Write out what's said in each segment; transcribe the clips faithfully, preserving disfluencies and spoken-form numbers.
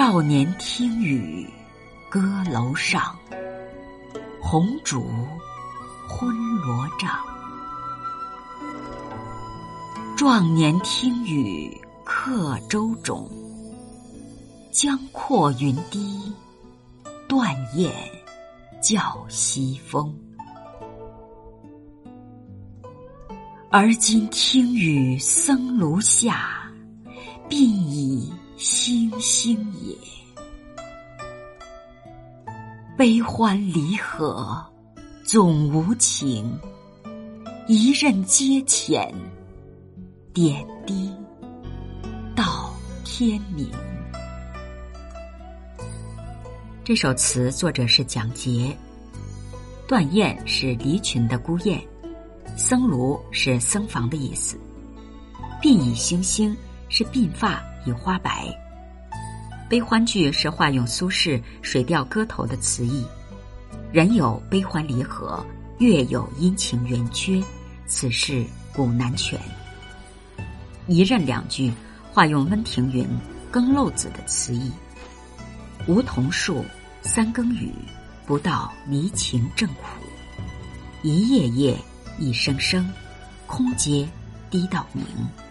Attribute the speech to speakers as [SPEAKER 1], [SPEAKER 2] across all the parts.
[SPEAKER 1] 少年听雨歌楼上，红烛昏罗帐。壮年听雨客舟中，江阔云低，断雁叫西风。而今听雨僧庐下，鬓已星星也。悲欢离合总无情，一任阶浅，点滴到天明。这首词作者是蒋捷，断雁是离群的孤雁，僧庐是僧房的意思，鬓已星星是鬓发已花白。悲欢句是化用苏轼《水调歌头》的词意，人有悲欢离合，月有阴晴圆缺，此事古难全。一任两句化用温庭筠《更漏子》的词意，梧桐树，三更雨，不到离情正苦。一夜夜，一声声，空阶低到明。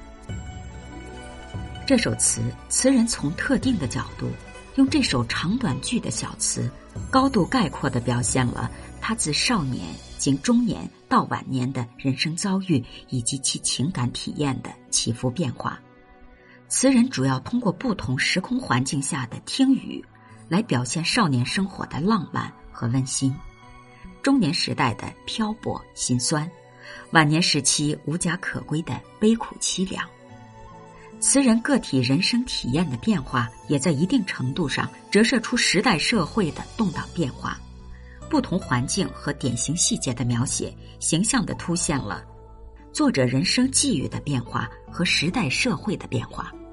[SPEAKER 1] 这首词，词人从特定的角度，用这首长短句的小词，高度概括地表现了他自少年经中年到晚年的人生遭遇以及其情感体验的起伏变化。词人主要通过不同时空环境下的听雨，来表现少年生活的浪漫和温馨，中年时代的漂泊心酸，晚年时期无家可归的悲苦凄凉。词人个体人生体验的变化，也在一定程度上折射出时代社会的动荡变化。不同环境和典型细节的描写，形象地凸显了作者人生际遇的变化和时代社会的变化。